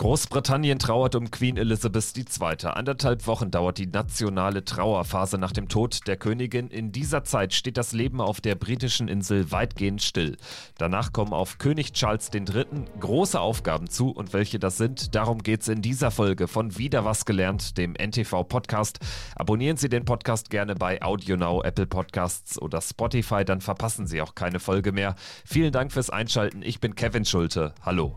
Großbritannien trauert um Queen Elizabeth II. 1,5 Wochen dauert die nationale Trauerphase nach dem Tod der Königin. In dieser Zeit steht das Leben auf der britischen Insel weitgehend still. Danach kommen auf König Charles III. Große Aufgaben zu, und welche das sind, darum geht's in dieser Folge von Wieder was gelernt, dem NTV-Podcast. Abonnieren Sie den Podcast gerne bei AudioNow, Apple Podcasts oder Spotify, dann verpassen Sie auch keine Folge mehr. Vielen Dank fürs Einschalten, ich bin Kevin Schulte. Hallo.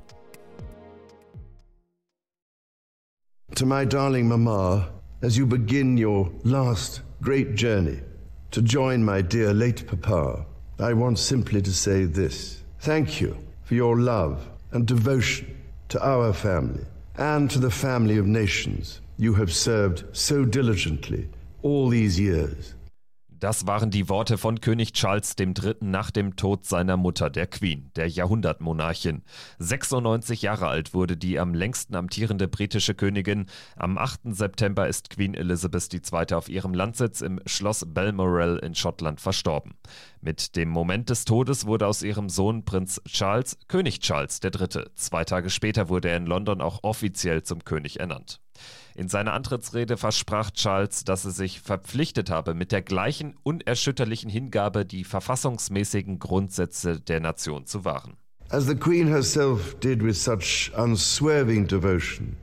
To my darling Mama, as you begin your last great journey to join my dear late Papa, I want simply to say this. Thank you for your love and devotion to our family and to the family of nations you have served so diligently all these years. Das waren die Worte von König Charles III. Nach dem Tod seiner Mutter, der Queen, der Jahrhundertmonarchin. 96 Jahre alt wurde die am längsten amtierende britische Königin. Am 8. September ist Queen Elizabeth II. Auf ihrem Landsitz im Schloss Balmoral in Schottland verstorben. Mit dem Moment des Todes wurde aus ihrem Sohn Prinz Charles König Charles III. 2 Tage später wurde er in London auch offiziell zum König ernannt. In seiner Antrittsrede versprach Charles, dass er sich verpflichtet habe, mit der gleichen unerschütterlichen Hingabe die verfassungsmäßigen Grundsätze der Nation zu wahren. As the Queen herself did with such unswerving devotion,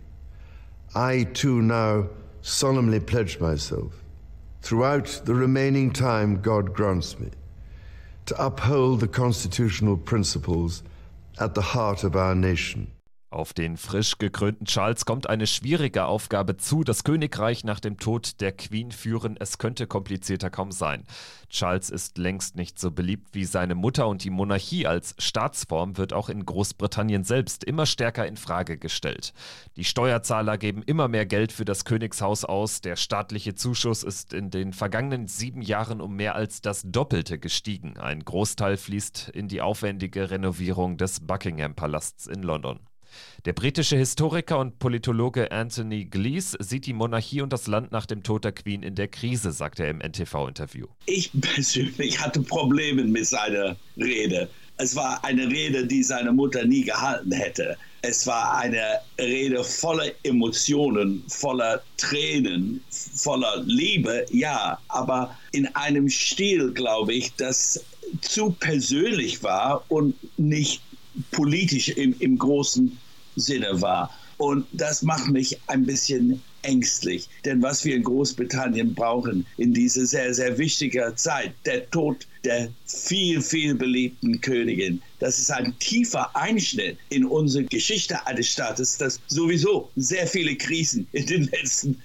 I too now solemnly pledge myself, throughout the remaining time God grants me, to uphold the constitutional principles at the heart of our nation. Auf den frisch gekrönten Charles kommt eine schwierige Aufgabe zu, das Königreich nach dem Tod der Queen führen. Es könnte komplizierter kaum sein. Charles ist längst nicht so beliebt wie seine Mutter und die Monarchie als Staatsform wird auch in Großbritannien selbst immer stärker in Frage gestellt. Die Steuerzahler geben immer mehr Geld für das Königshaus aus. Der staatliche Zuschuss ist in den vergangenen 7 Jahren um mehr als das Doppelte gestiegen. Ein Großteil fließt in die aufwendige Renovierung des Buckingham-Palasts in London. Der britische Historiker und Politologe Anthony Glees sieht die Monarchie und das Land nach dem Tod der Queen in der Krise, sagt er im NTV-Interview. Ich persönlich hatte Probleme mit seiner Rede. Es war eine Rede, die seine Mutter nie gehalten hätte. Es war eine Rede voller Emotionen, voller Tränen, voller Liebe, ja, aber in einem Stil, glaube ich, das zu persönlich war und nicht politisch im großen Sinne war. Und das macht mich ein bisschen ängstlich. Denn was wir in Großbritannien brauchen in dieser sehr, sehr wichtigen Zeit, der Tod der viel, viel beliebten Königin, das ist ein tiefer Einschnitt in unsere Geschichte eines Staates, das sowieso sehr viele Krisen in den letzten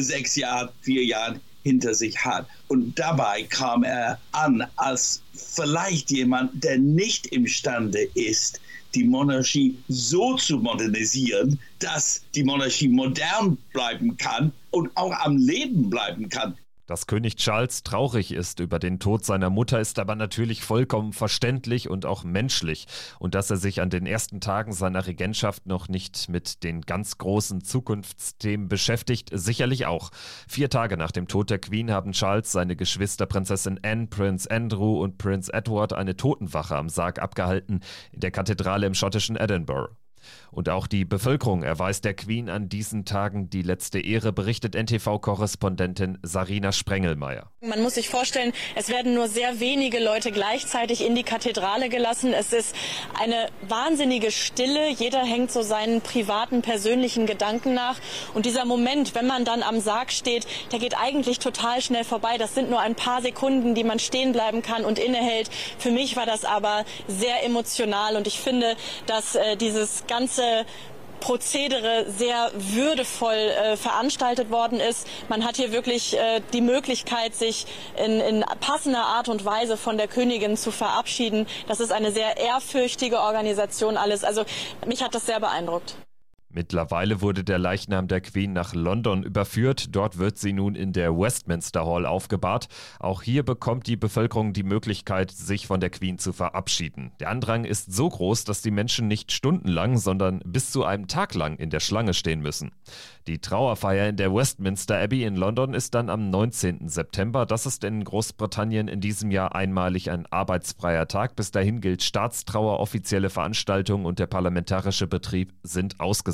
4 Jahren hinter sich hat. Und dabei kam er an als vielleicht jemand, der nicht imstande ist, die Monarchie so zu modernisieren, dass die Monarchie modern bleiben kann und auch am Leben bleiben kann. Dass König Charles traurig ist über den Tod seiner Mutter, ist aber natürlich vollkommen verständlich und auch menschlich. Und dass er sich an den ersten Tagen seiner Regentschaft noch nicht mit den ganz großen Zukunftsthemen beschäftigt, sicherlich auch. 4 Tage nach dem Tod der Queen haben Charles, seine Geschwister Prinzessin Anne, Prinz Andrew und Prinz Edward eine Totenwache am Sarg abgehalten in der Kathedrale im schottischen Edinburgh. Und auch die Bevölkerung erweist der Queen an diesen Tagen die letzte Ehre, berichtet NTV-Korrespondentin Sarina Sprengelmeier. Man muss sich vorstellen, es werden nur sehr wenige Leute gleichzeitig in die Kathedrale gelassen. Es ist eine wahnsinnige Stille. Jeder hängt so seinen privaten, persönlichen Gedanken nach. Und dieser Moment, wenn man dann am Sarg steht, der geht eigentlich total schnell vorbei. Das sind nur ein paar Sekunden, die man stehen bleiben kann und innehält. Für mich war das aber sehr emotional und ich finde, dass dieses ganze Prozedere sehr würdevoll veranstaltet worden ist. Man hat hier wirklich die Möglichkeit, sich in passender Art und Weise von der Königin zu verabschieden. Das ist eine sehr ehrfürchtige Organisation alles. Also mich hat das sehr beeindruckt. Mittlerweile wurde der Leichnam der Queen nach London überführt. Dort wird sie nun in der Westminster Hall aufgebahrt. Auch hier bekommt die Bevölkerung die Möglichkeit, sich von der Queen zu verabschieden. Der Andrang ist so groß, dass die Menschen nicht stundenlang, sondern bis zu einem Tag lang in der Schlange stehen müssen. Die Trauerfeier in der Westminster Abbey in London ist dann am 19. September. Das ist in Großbritannien in diesem Jahr einmalig ein arbeitsfreier Tag. Bis dahin gilt Staatstrauer, offizielle Veranstaltungen und der parlamentarische Betrieb sind ausgesetzt.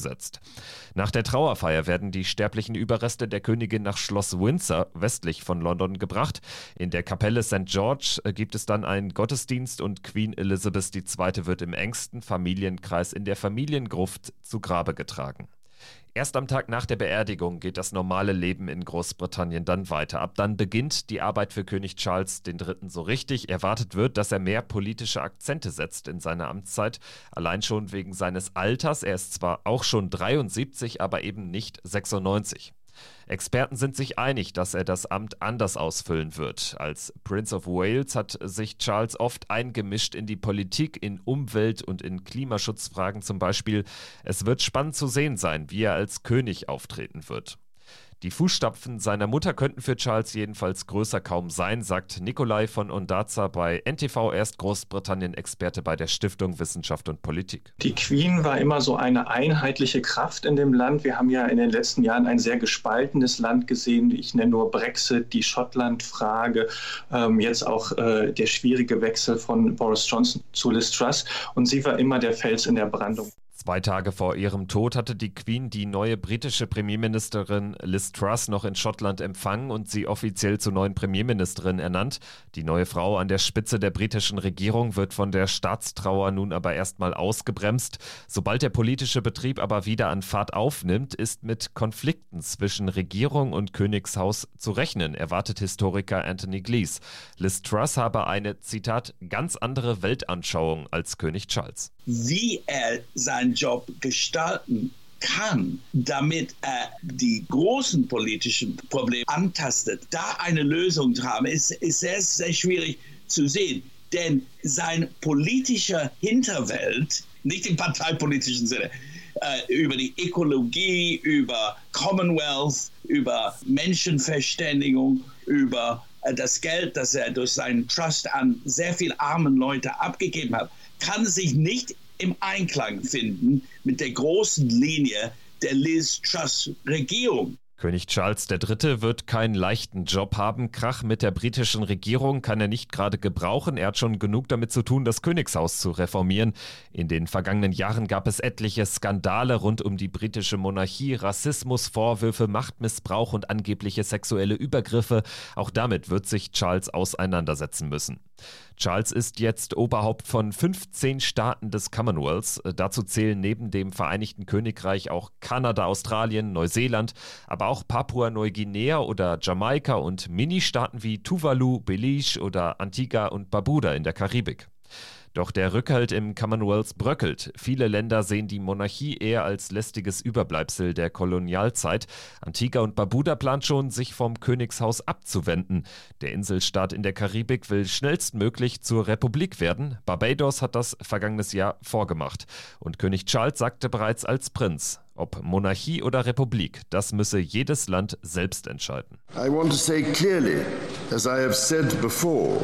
fortgesetzt. Nach der Trauerfeier werden die sterblichen Überreste der Königin nach Schloss Windsor westlich von London gebracht. In der Kapelle St. George gibt es dann einen Gottesdienst und Queen Elizabeth II. Wird im engsten Familienkreis in der Familiengruft zu Grabe getragen. Erst am Tag nach der Beerdigung geht das normale Leben in Großbritannien dann weiter. Ab dann beginnt die Arbeit für König Charles III. So richtig. Erwartet wird, dass er mehr politische Akzente setzt in seiner Amtszeit. Allein schon wegen seines Alters. Er ist zwar auch schon 73, aber eben nicht 96. Experten sind sich einig, dass er das Amt anders ausfüllen wird. Als Prince of Wales hat sich Charles oft eingemischt in die Politik, in Umwelt- und in Klimaschutzfragen zum Beispiel. Es wird spannend zu sehen sein, wie er als König auftreten wird. Die Fußstapfen seiner Mutter könnten für Charles jedenfalls größer kaum sein, sagt Nikolai von Ondarza bei NTV, erst Großbritannien-Experte bei der Stiftung Wissenschaft und Politik. Die Queen war immer so eine einheitliche Kraft in dem Land. Wir haben ja in den letzten Jahren ein sehr gespaltenes Land gesehen. Ich nenne nur Brexit, die Schottland-Frage, jetzt auch der schwierige Wechsel von Boris Johnson zu Liz Truss. Und sie war immer der Fels in der Brandung. 2 Tage vor ihrem Tod hatte die Queen die neue britische Premierministerin Liz Truss noch in Schottland empfangen und sie offiziell zur neuen Premierministerin ernannt. Die neue Frau an der Spitze der britischen Regierung wird von der Staatstrauer nun aber erstmal ausgebremst. Sobald der politische Betrieb aber wieder an Fahrt aufnimmt, ist mit Konflikten zwischen Regierung und Königshaus zu rechnen, erwartet Historiker Anthony Glees. Liz Truss habe eine, Zitat, ganz andere Weltanschauung als König Charles. Wie er seinen Job gestalten kann, damit er die großen politischen Probleme antastet, da eine Lösung zu haben, ist sehr, sehr schwierig zu sehen. Denn sein politischer Hinterwelt, nicht im parteipolitischen Sinne, über die Ökologie, über Commonwealth, über Menschenverständigung, über das Geld, das er durch seinen Trust an sehr viele armen Leute abgegeben hat, kann sich nicht im Einklang finden mit der großen Linie der Liz Truss-Regierung. König Charles III. Wird keinen leichten Job haben. Krach mit der britischen Regierung kann er nicht gerade gebrauchen. Er hat schon genug damit zu tun, das Königshaus zu reformieren. In den vergangenen Jahren gab es etliche Skandale rund um die britische Monarchie, Rassismus, Vorwürfe, Machtmissbrauch und angebliche sexuelle Übergriffe. Auch damit wird sich Charles auseinandersetzen müssen. Charles ist jetzt Oberhaupt von 15 Staaten des Commonwealths. Dazu zählen neben dem Vereinigten Königreich auch Kanada, Australien, Neuseeland, aber auch Papua-Neuguinea oder Jamaika und Ministaaten wie Tuvalu, Belize oder Antigua und Barbuda in der Karibik. Doch der Rückhalt im Commonwealth bröckelt. Viele Länder sehen die Monarchie eher als lästiges Überbleibsel der Kolonialzeit. Antigua und Barbuda plant schon, sich vom Königshaus abzuwenden. Der Inselstaat in der Karibik will schnellstmöglich zur Republik werden. Barbados hat das vergangenes Jahr vorgemacht. Und König Charles sagte bereits als Prinz: Ob Monarchie oder Republik, das müsse jedes Land selbst entscheiden. I want to say clearly, as I have said before,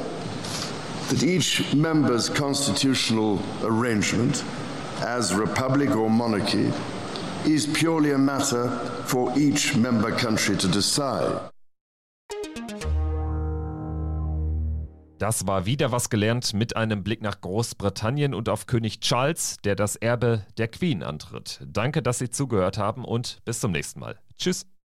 that each member's constitutional arrangement, as republic or monarchy, is purely a matter for each member country to decide. Das war wieder was gelernt mit einem Blick nach Großbritannien und auf König Charles, der das Erbe der Queen antritt. Danke, dass Sie zugehört haben und bis zum nächsten Mal. Tschüss.